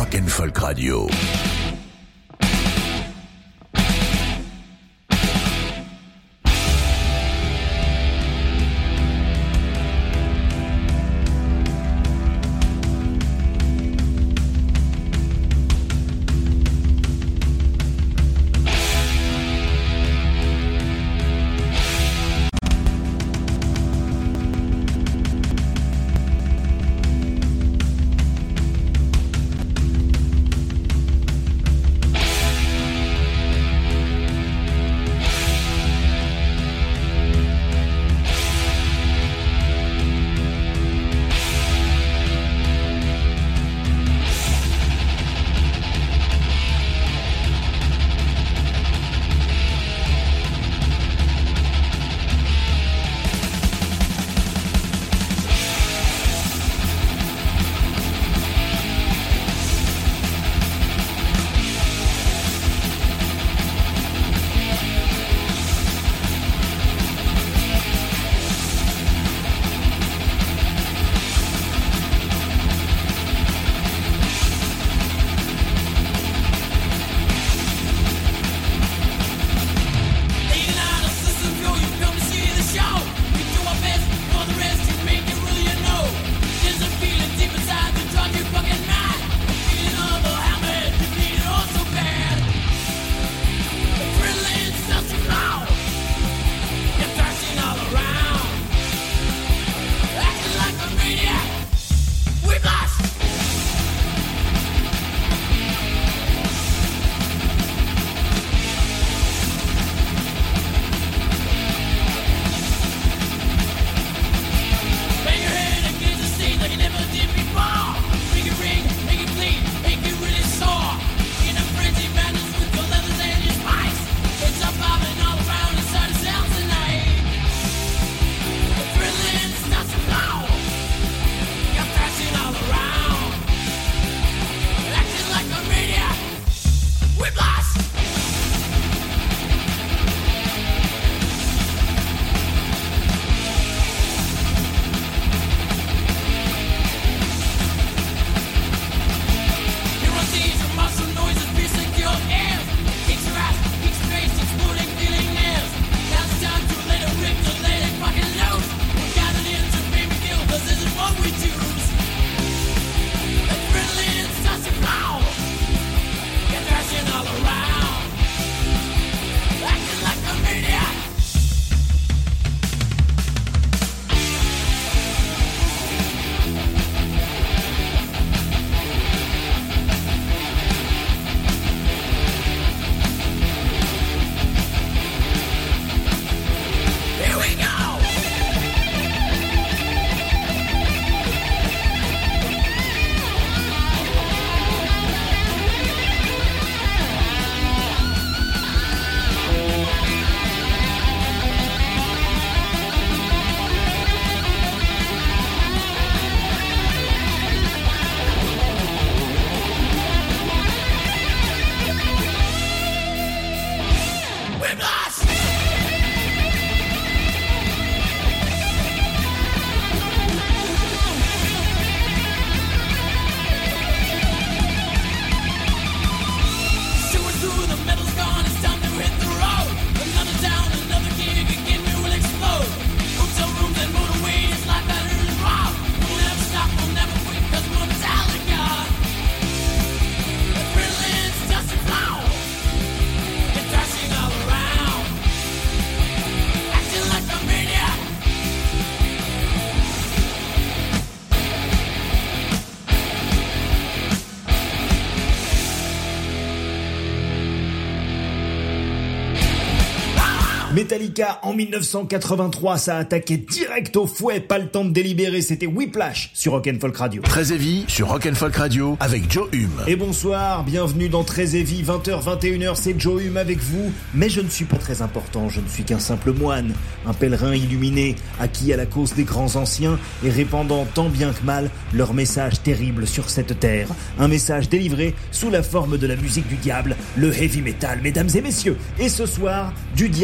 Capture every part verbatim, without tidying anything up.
Rock and Folk Radio. Metallica en dix-neuf cent quatre-vingt-trois, ça a attaqué direct au fouet, pas le temps de délibérer, c'était Whiplash sur Rock and Folk Radio. Très Heavy sur Rock and Folk Radio avec Joe Hume. Et bonsoir, bienvenue dans Très Heavy, vingt heures vingt et une heures, c'est Joe Hume avec vous. Mais je ne suis pas très important, je ne suis qu'un simple moine, un pèlerin illuminé, acquis à la cause des grands anciens et répandant tant bien que mal leur message terrible sur cette terre. Un message délivré sous la forme de la musique du diable, le heavy metal, mesdames et messieurs. Et ce soir, du diable il en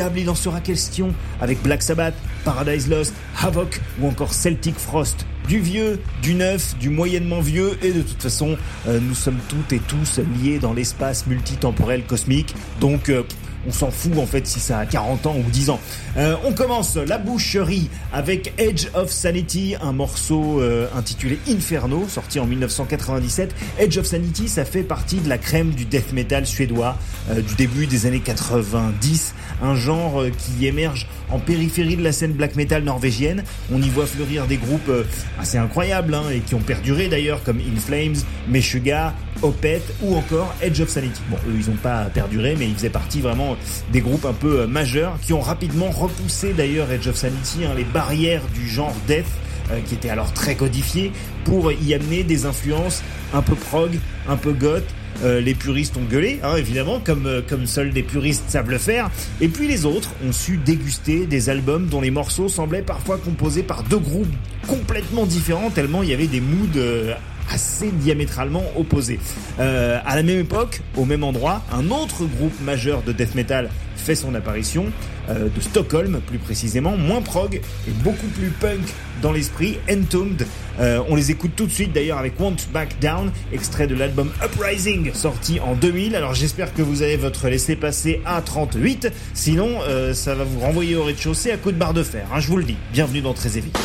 sera question avec Black Sabbath, Paradise Lost, Havoc ou encore Celtic Frost. Du vieux, du neuf, du moyennement vieux et de toute façon, euh, nous sommes toutes et tous liés dans l'espace multitemporel cosmique. Donc... Euh, on s'en fout en fait si ça a quarante ans ou dix ans. Euh, on commence la boucherie avec Edge of Sanity, un morceau euh, intitulé Inferno, sorti en dix-neuf cent quatre-vingt-dix-sept. Edge of Sanity, ça fait partie de la crème du death metal suédois euh, du début des années quatre-vingt-dix, un genre euh, qui émerge en périphérie de la scène black metal norvégienne. On y voit fleurir des groupes euh, assez incroyables hein, et qui ont perduré d'ailleurs, comme In Flames, Meshuggah, Opeth ou encore Edge of Sanity. Bon, eux ils n'ont pas perduré, mais ils faisaient partie vraiment des groupes un peu euh, majeurs qui ont rapidement repoussé d'ailleurs Edge of Sanity, hein, les barrières du genre death euh, qui était alors très codifié, pour y amener des influences un peu prog, un peu goth. Euh, les puristes ont gueulé, hein, évidemment, comme, euh, comme seuls des puristes savent le faire. Et puis les autres ont su déguster des albums dont les morceaux semblaient parfois composés par deux groupes complètement différents, tellement il y avait des moods euh, assez diamétralement opposés. Euh, à la même époque, au même endroit, un autre groupe majeur de death metal fait son apparition, euh, de Stockholm plus précisément, moins prog et beaucoup plus punk dans l'esprit, Entombed. Euh, on les écoute tout de suite d'ailleurs avec Won't Back Down, extrait de l'album Uprising sorti en deux mille. Alors j'espère que vous avez votre laissez-passer A trente-huit, sinon euh, ça va vous renvoyer au rez-de-chaussée à coups de barre de fer, hein, je vous le dis. Bienvenue dans Très Heavy.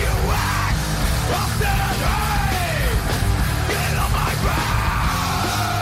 Get on my back!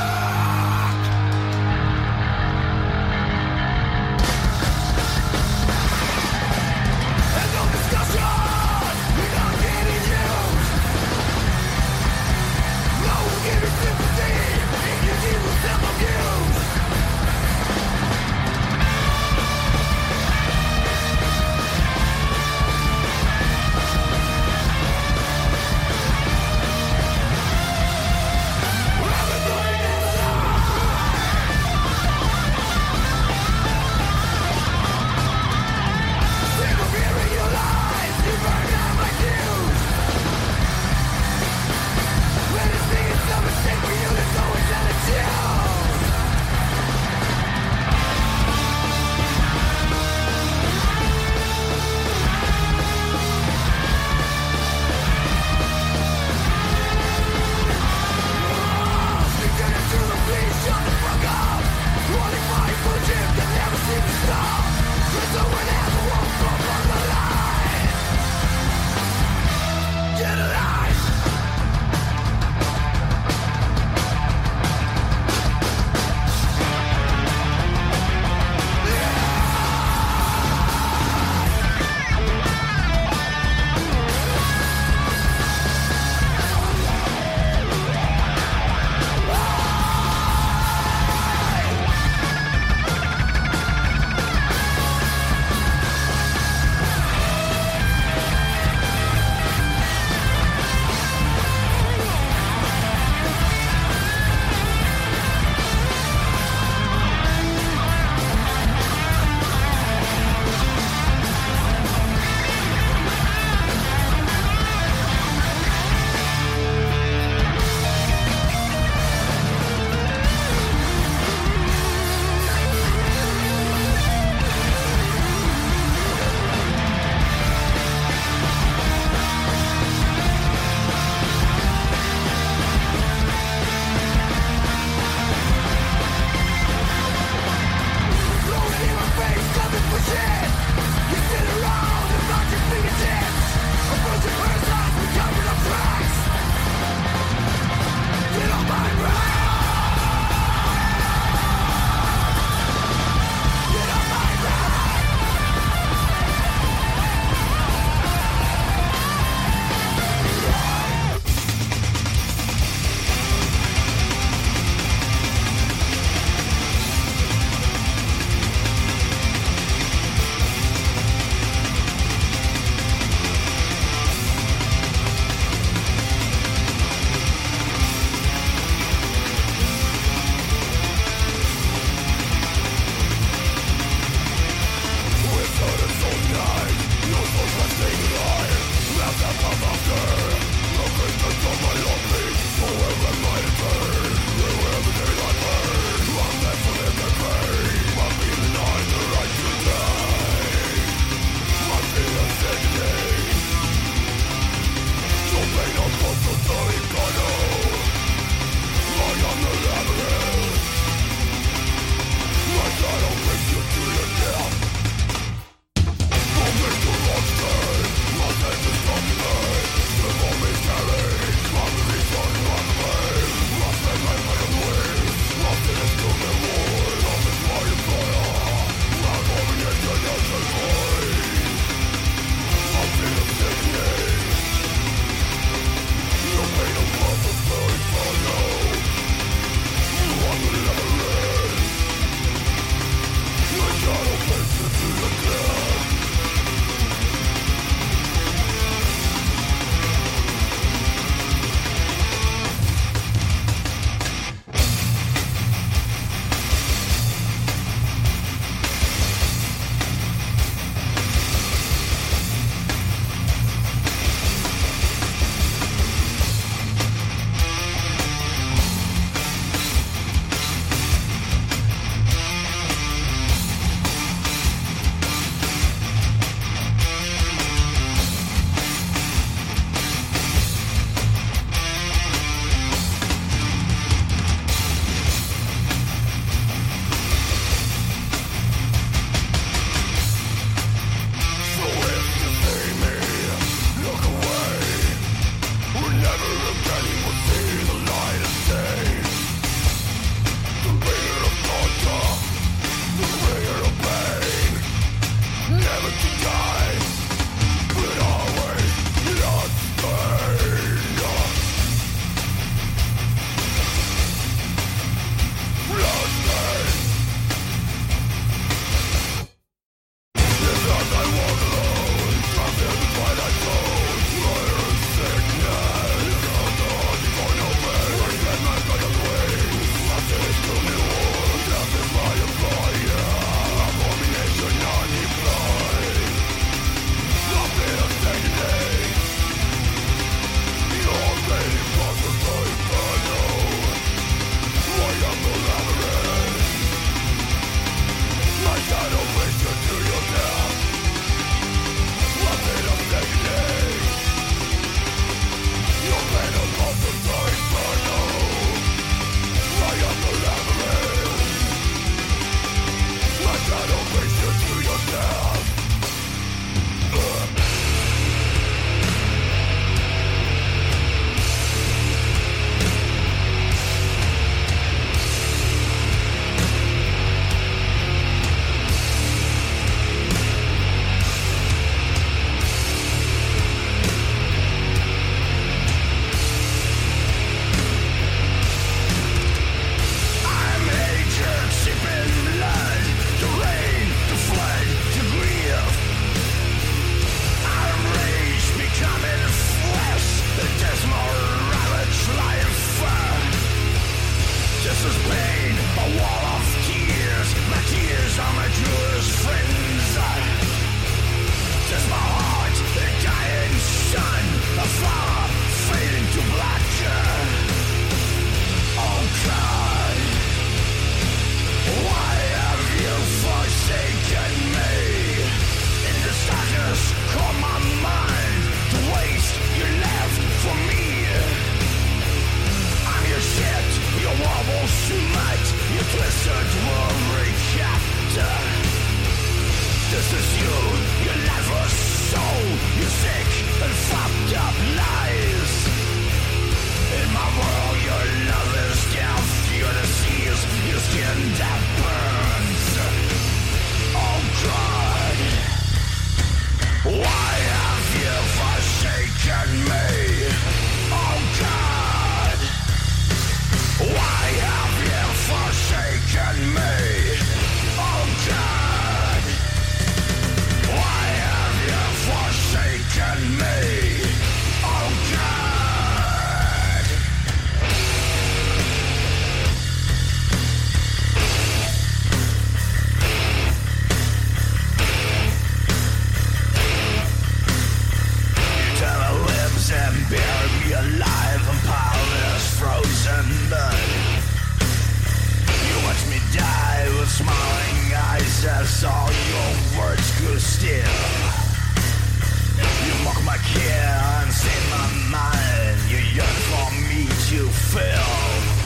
still. You mock my care and in my mind. You yearn for me to feel.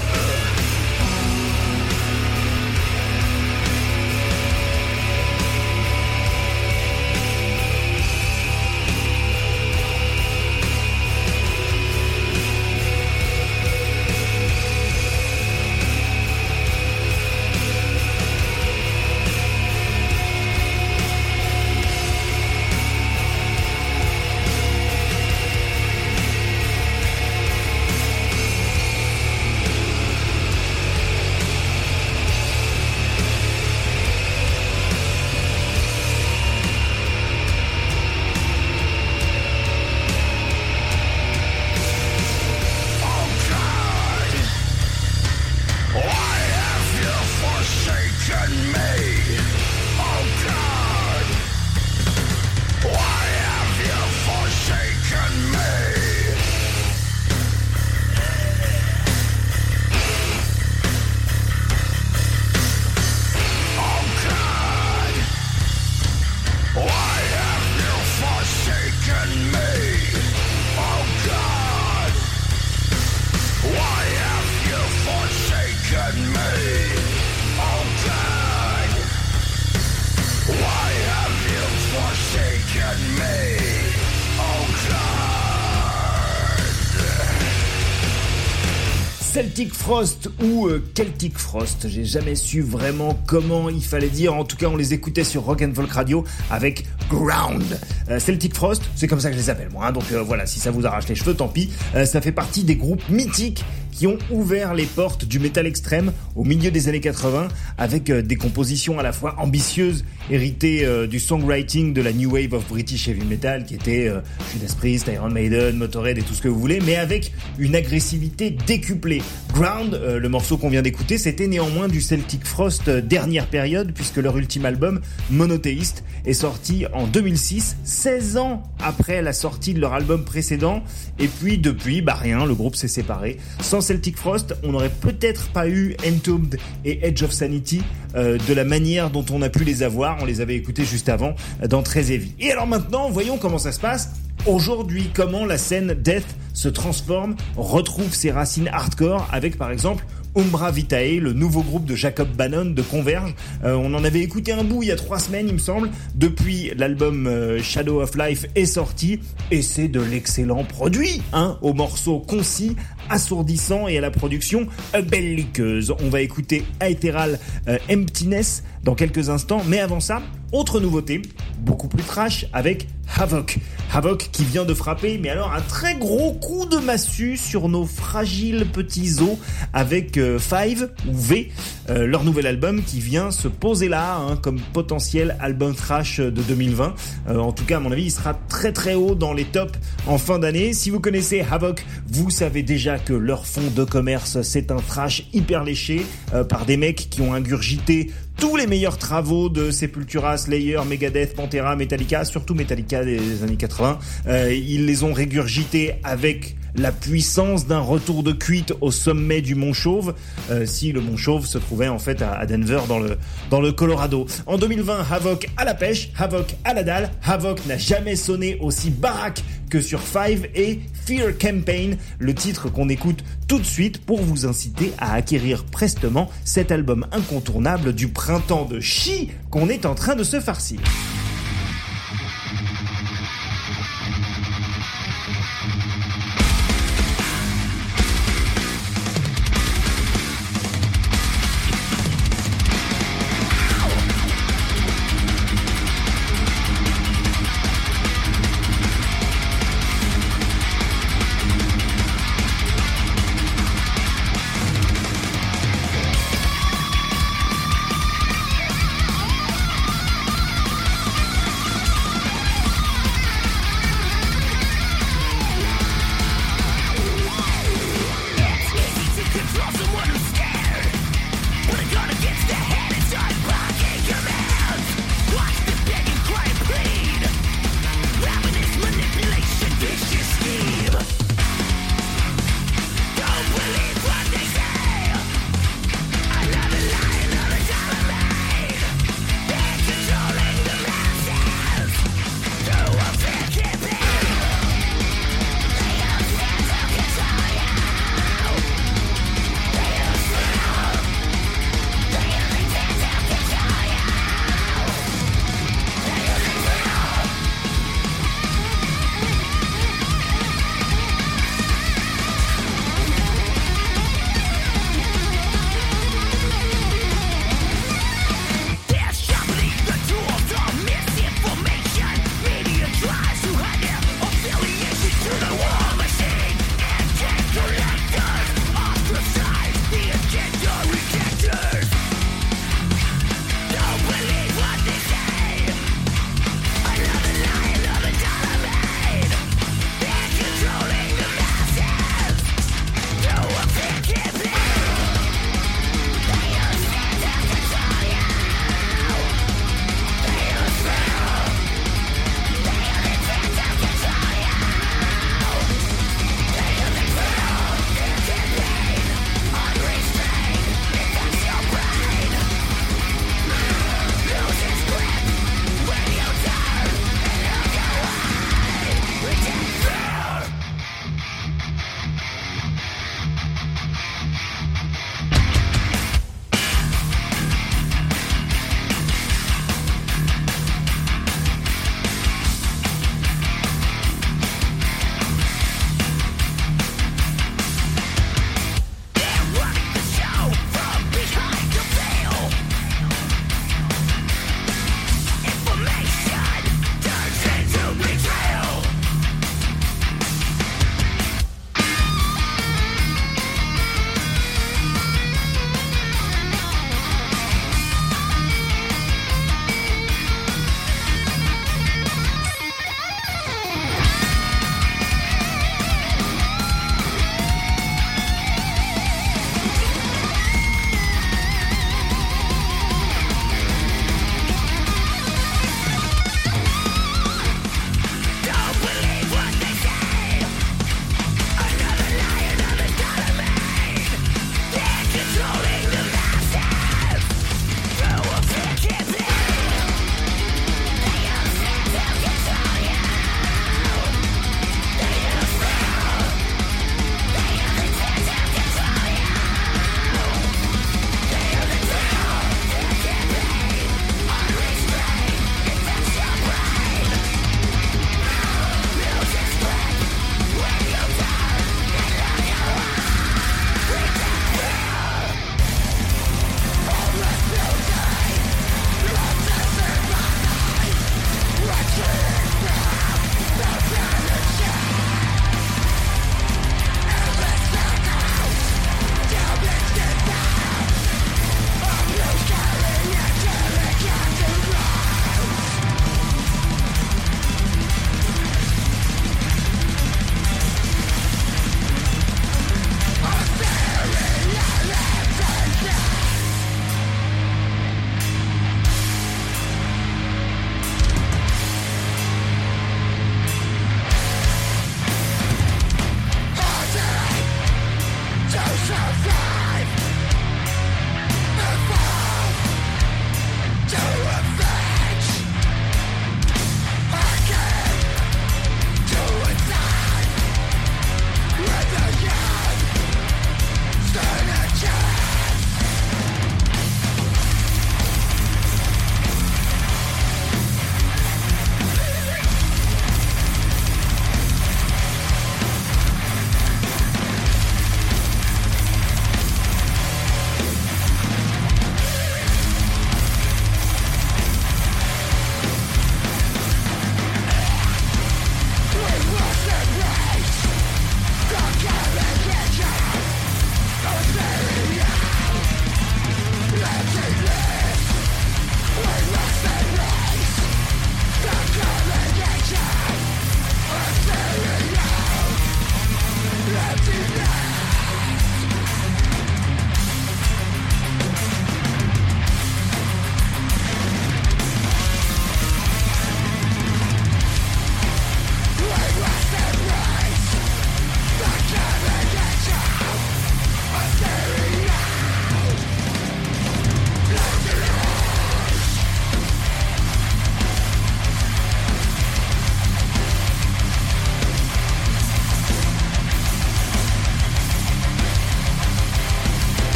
Celtic Frost ou euh, Celtic Frost, j'ai jamais su vraiment comment il fallait dire, en tout cas on les écoutait sur Rock and Folk Radio avec Ground. Euh, Celtic Frost, c'est comme ça que je les appelle moi, hein, donc euh, voilà, si ça vous arrache les cheveux, tant pis, euh, ça fait partie des groupes mythiques qui ont ouvert les portes du métal extrême au milieu des années quatre-vingts avec euh, des compositions à la fois ambitieuses, héritées euh, du songwriting de la New Wave of British Heavy Metal qui était euh, Judas Priest, Iron Maiden, Motorhead et tout ce que vous voulez, mais avec une agressivité décuplée. Ground, euh, le morceau qu'on vient d'écouter, c'était néanmoins du Celtic Frost euh, dernière période puisque leur ultime album, Monothéiste, est sorti en deux mille six, seize ans après la sortie de leur album précédent, et puis depuis, bah rien, le groupe s'est séparé. Sans Celtic Frost, on n'aurait peut-être pas eu Entombed et Edge of Sanity euh, de la manière dont on a pu les avoir. On les avait écoutés juste avant euh, dans Très Heavy. Et alors maintenant, voyons comment ça se passe aujourd'hui, comment la scène Death se transforme, retrouve ses racines hardcore avec par exemple Umbra Vitae, le nouveau groupe de Jacob Bannon de Converge. Euh, on en avait écouté un bout il y a trois semaines, il me semble. Depuis, l'album euh, Shadow of Life est sorti et c'est de l'excellent produit, hein, aux morceaux concis, assourdissants et à la production belliqueuse. On va écouter Aetheral euh, Emptiness dans quelques instants, mais avant ça, autre nouveauté, beaucoup plus trash avec Havoc. Havoc qui vient de frapper, mais alors un très gros coup de massue sur nos fragiles petits os avec euh, Five ou V, euh, leur nouvel album qui vient se poser là hein, comme potentiel album trash de deux mille vingt. Euh, en tout cas, à mon avis, il sera très très haut dans les tops en fin d'année. Si vous connaissez Havoc, vous savez déjà que leur fond de commerce, c'est un trash hyper léché euh, par des mecs qui ont ingurgité tous les meilleurs travaux de Sepultura, Slayer, Megadeth, Pantera, Metallica, surtout Metallica des années quatre-vingts. Euh, ils les ont régurgités avec la puissance d'un retour de cuite au sommet du Mont Chauve, euh, si le Mont Chauve se trouvait en fait à, à Denver dans le, dans le Colorado. En deux mille vingt, Havoc à la pêche, Havoc à la dalle, Havoc n'a jamais sonné aussi baraque que sur Five et Fear Campaign, le titre qu'on écoute tout de suite pour vous inciter à acquérir prestement cet album incontournable du printemps de chi qu'on est en train de se farcir.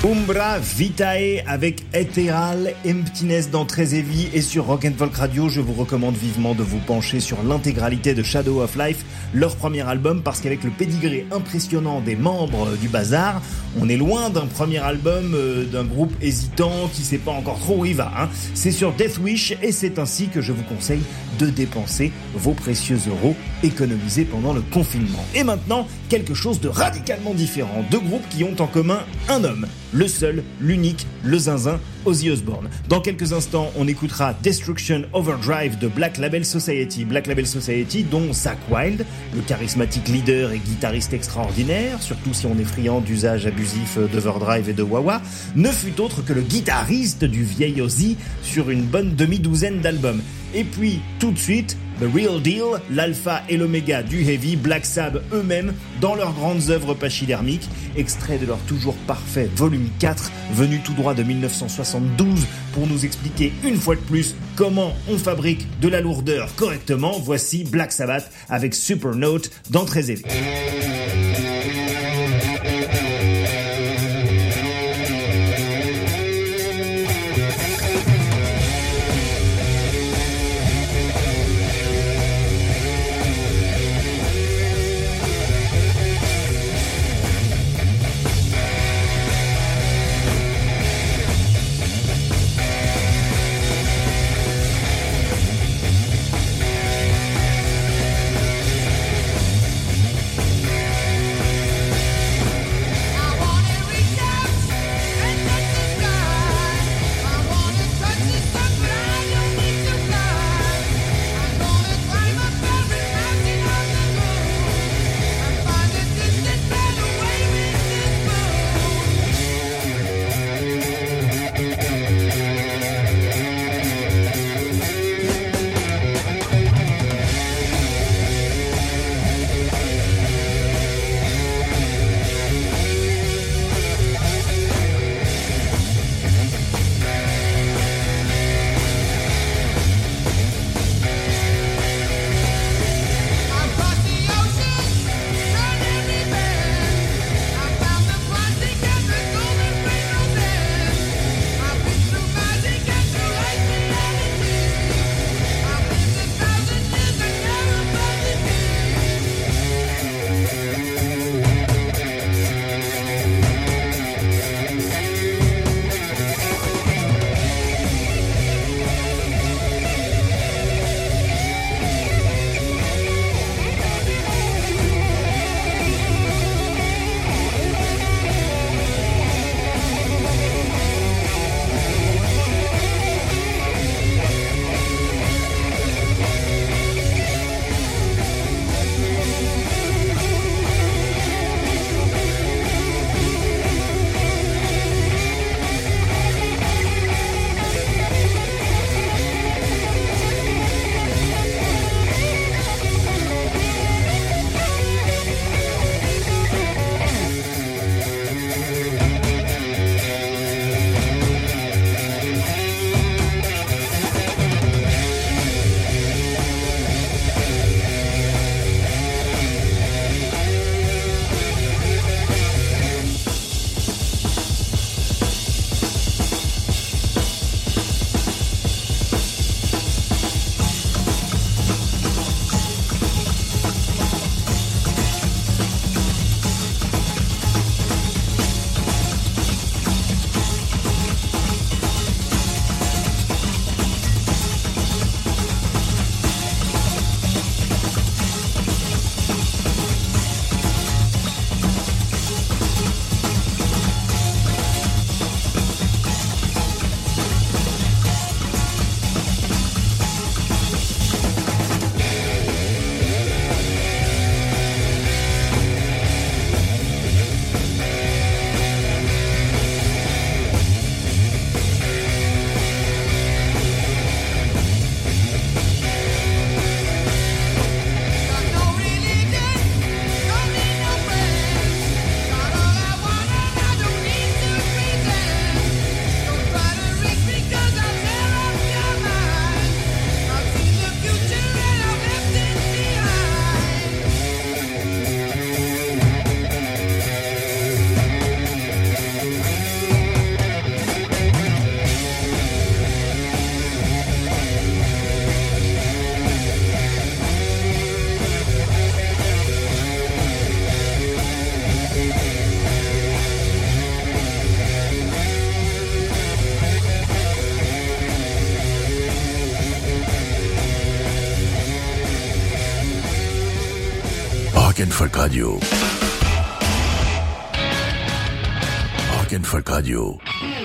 Umbra Vitae avec Ethereal Emptiness dans Très Heavy, et sur Rock and Folk Radio, je vous recommande vivement de vous pencher sur l'intégralité de Shadow of Life, leur premier album, parce qu'avec le pédigré impressionnant des membres du Bazar, on est loin d'un premier album euh, d'un groupe hésitant qui sait pas encore trop où il va. Hein. C'est sur Death Wish, et c'est ainsi que je vous conseille de dépenser vos précieux euros économisés pendant le confinement. Et maintenant, quelque chose de radicalement différent. Deux groupes qui ont en commun un homme. Le seul, l'unique, le zinzin, Ozzy Osbourne. Dans quelques instants, on écoutera Destruction Overdrive de Black Label Society. Black Label Society dont Zakk Wylde, le charismatique leader et guitariste extraordinaire, surtout si on est friand d'usage abusif d'overdrive et de wah-wah, ne fut autre que le guitariste du vieil Ozzy sur une bonne demi-douzaine d'albums. Et puis, tout de suite, The Real Deal, l'alpha et l'oméga du heavy, Black Sabbath eux-mêmes, dans leurs grandes œuvres pachydermiques, extrait de leur toujours parfait volume quatre, venu tout droit de dix-neuf cent soixante-douze, pour nous expliquer une fois de plus comment on fabrique de la lourdeur correctement. Voici Black Sabbath avec Supernote dans Très Heavy. Rock and Folk Radio. Rock and Folk Radio.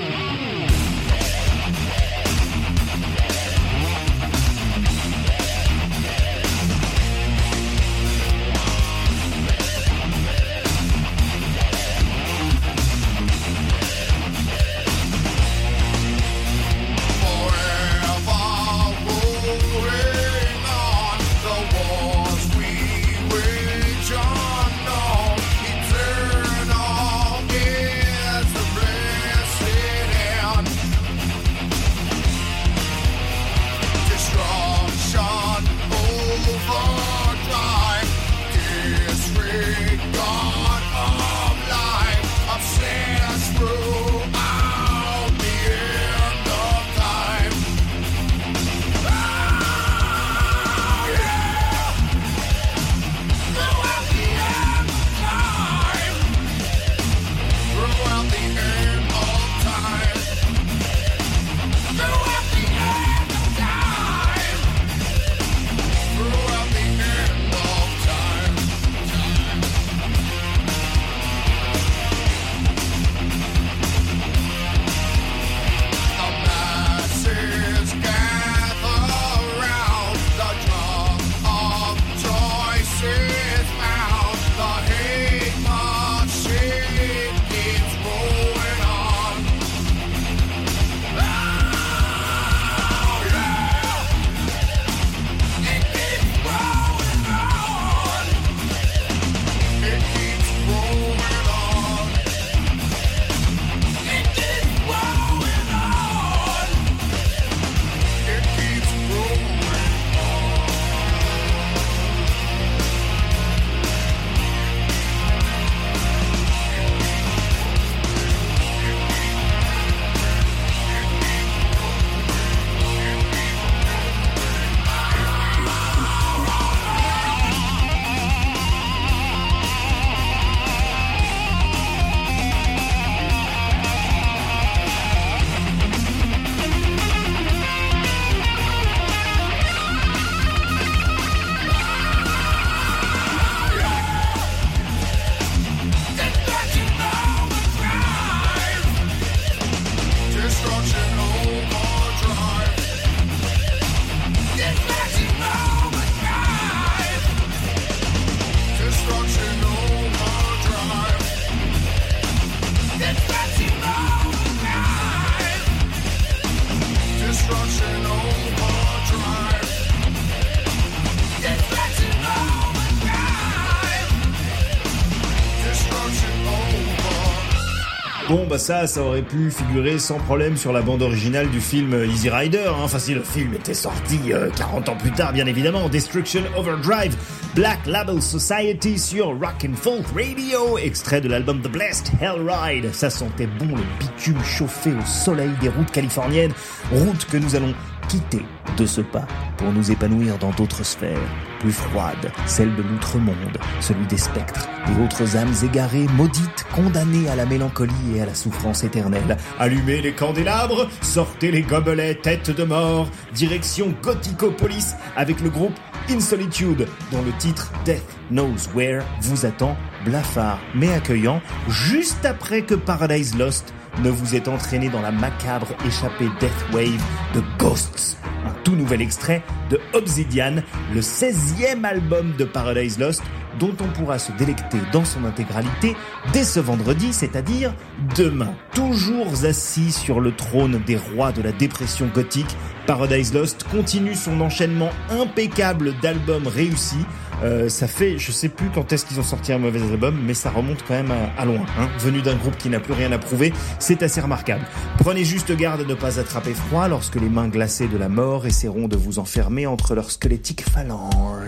Bon bah ça, ça aurait pu figurer sans problème sur la bande originale du film Easy Rider, hein. Enfin si le film était sorti euh, quarante ans plus tard bien évidemment. Destruction Overdrive, Black Label Society sur Rock and Folk Radio, extrait de l'album The Blessed Hell Ride. Ça sentait bon le bitume chauffé au soleil des routes californiennes, routes que nous allons quitter de ce pas pour nous épanouir dans d'autres sphères, plus froides, celles de l'outre-monde, celui des spectres et autres âmes égarées, maudites, condamnées à la mélancolie et à la souffrance éternelle. Allumez les candélabres, sortez les gobelets, têtes de mort, direction Gothicopolis avec le groupe In Solitude, dont le titre Death Knows Where vous attend, blafard mais accueillant, juste après que Paradise Lost ne vous ait entraîné dans la macabre échappée Death Wave de Ghosts. Un tout nouvel extrait de Obsidian, le seizième album de Paradise Lost, dont on pourra se délecter dans son intégralité dès ce vendredi, c'est-à-dire demain. Toujours assis sur le trône des rois de la dépression gothique, Paradise Lost continue son enchaînement impeccable d'albums réussis. Euh, ça fait, je sais plus quand est-ce qu'ils ont sorti un mauvais album, mais ça remonte quand même à, à loin, hein. Venu d'un groupe qui n'a plus rien à prouver, c'est assez remarquable. Prenez juste garde de ne pas attraper froid lorsque les mains glacées de la mort essaieront de vous enfermer entre leurs squelettiques phalanges.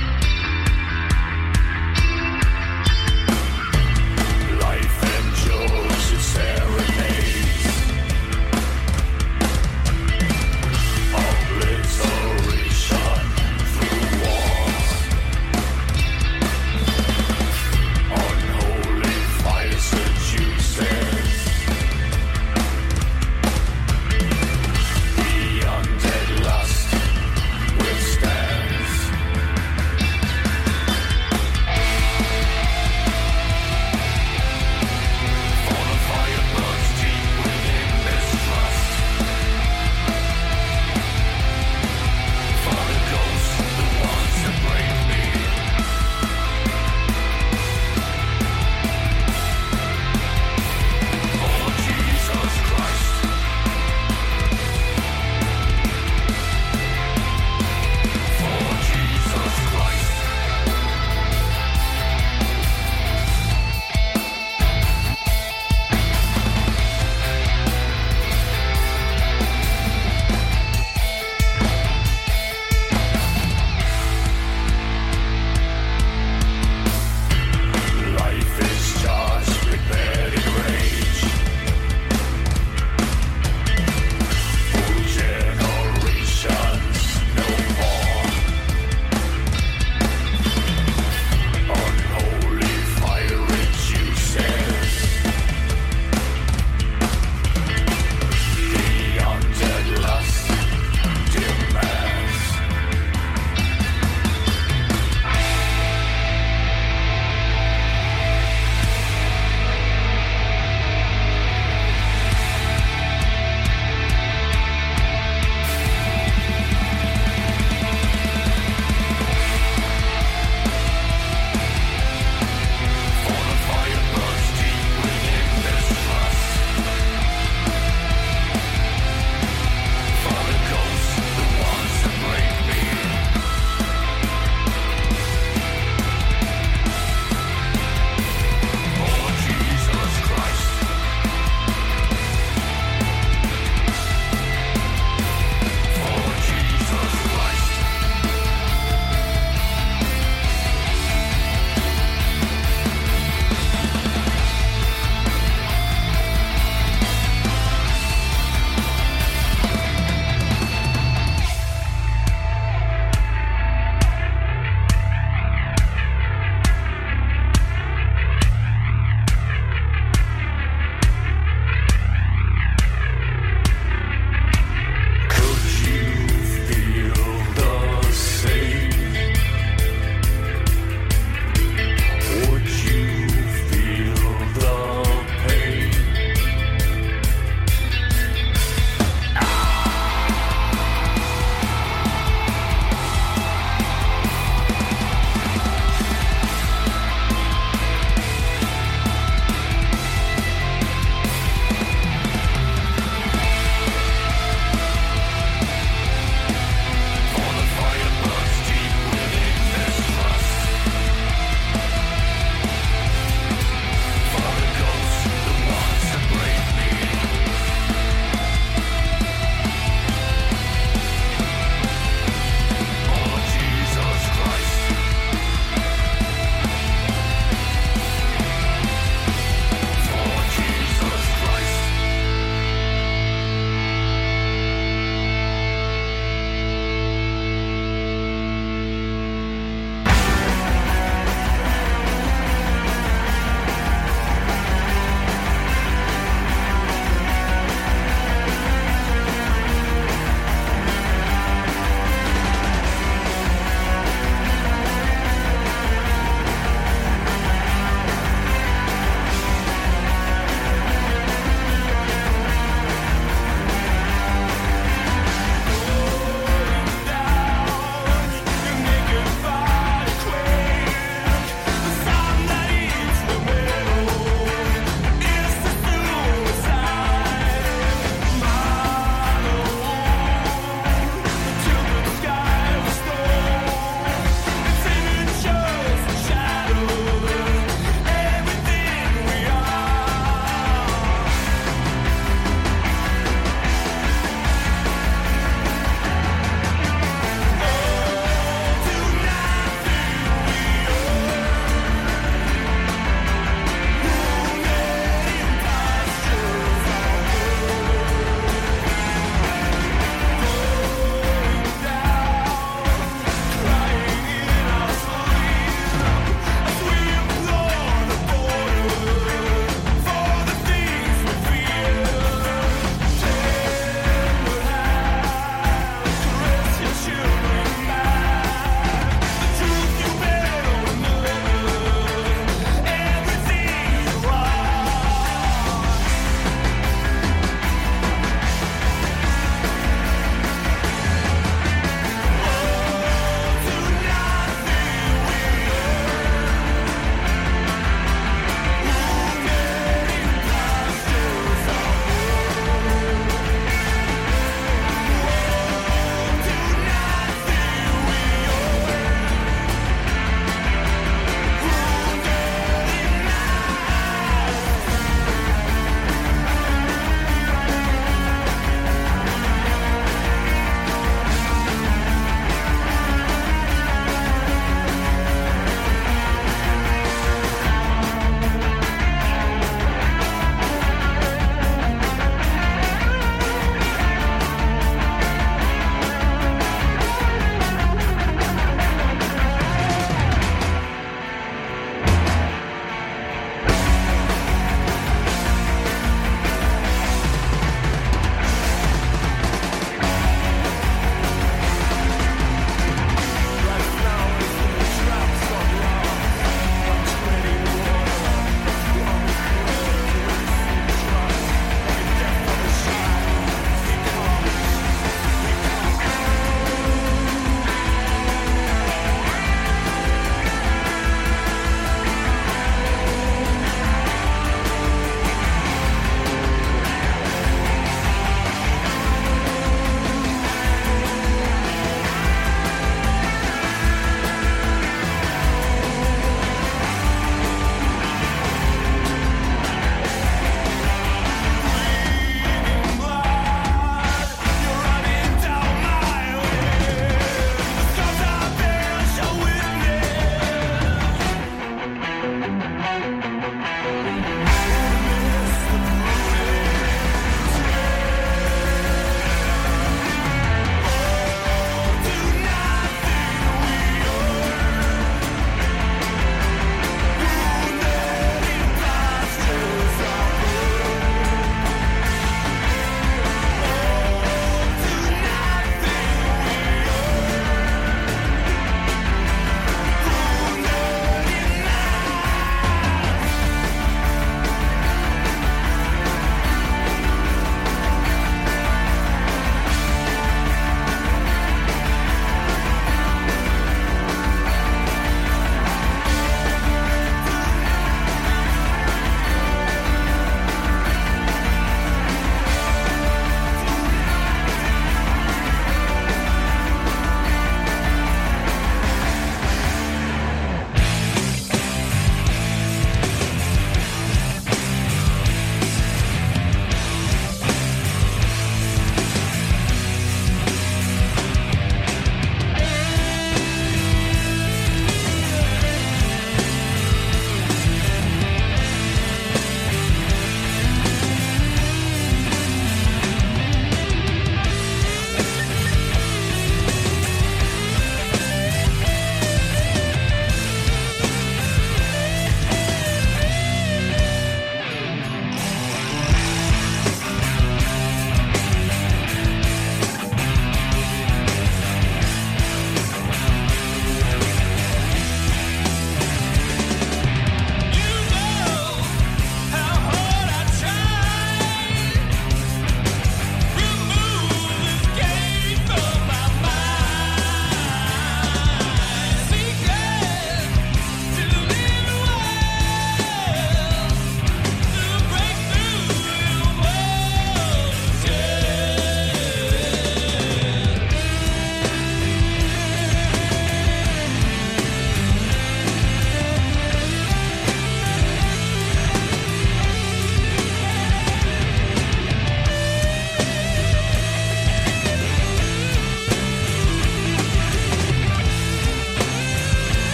Life and joy.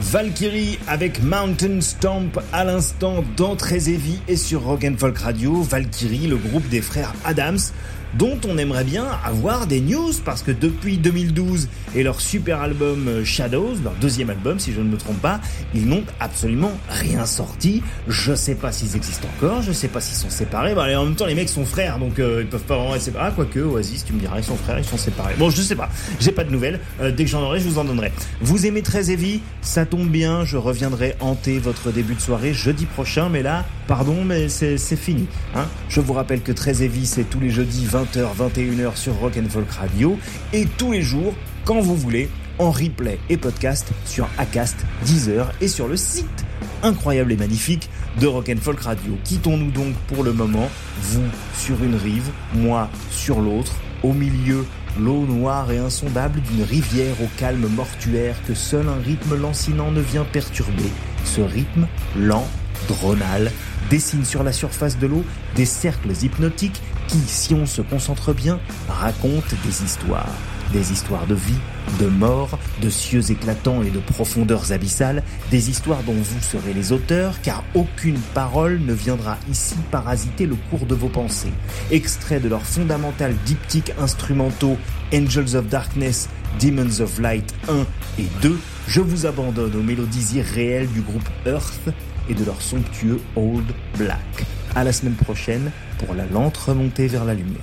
Valkyrie avec Mountain Stomp à l'instant dans Très Heavy et sur Rock and Folk Radio. Valkyrie, le groupe des frères Adams, dont on aimerait bien avoir des news parce que depuis deux mille douze et leur super album Shadows, leur deuxième album si je ne me trompe pas, ils n'ont absolument rien sorti. Je sais pas s'ils existent encore, je sais pas s'ils sont séparés. Bah, en même temps les mecs sont frères donc euh, ils peuvent pas vraiment être séparés. Ah, quoique Oasis, tu me diras, ils sont frères, ils sont séparés. Bon, je sais pas, j'ai pas de nouvelles. Euh, dès que j'en aurai, je vous en donnerai. Vous aimez Très Heavy, ça tombe bien, je reviendrai hanter votre début de soirée jeudi prochain, mais là, pardon, mais c'est, c'est fini. Hein. Je vous rappelle que Très Heavy, c'est tous les jeudis vingt heures, vingt et une heures sur Rock and Folk Radio et tous les jours, quand vous voulez, en replay et podcast sur Acast, Deezer et sur le site incroyable et magnifique de Rock and Folk Radio. Quittons-nous donc pour le moment, vous sur une rive, moi sur l'autre, au milieu, l'eau noire et insondable d'une rivière au calme mortuaire que seul un rythme lancinant ne vient perturber. Ce rythme lent, dronal, dessine sur la surface de l'eau des cercles hypnotiques qui, si on se concentre bien, racontent des histoires. Des histoires de vie, de mort, de cieux éclatants et de profondeurs abyssales, des histoires dont vous serez les auteurs, car aucune parole ne viendra ici parasiter le cours de vos pensées. Extrait de leurs fondamentales diptyques instrumentaux Angels of Darkness, Demons of Light un et deux, je vous abandonne aux mélodies irréelles du groupe Earth et de leur somptueux Old Black. À la semaine prochaine pour la lente remontée vers la lumière.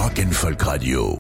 Rock and Folk Radio.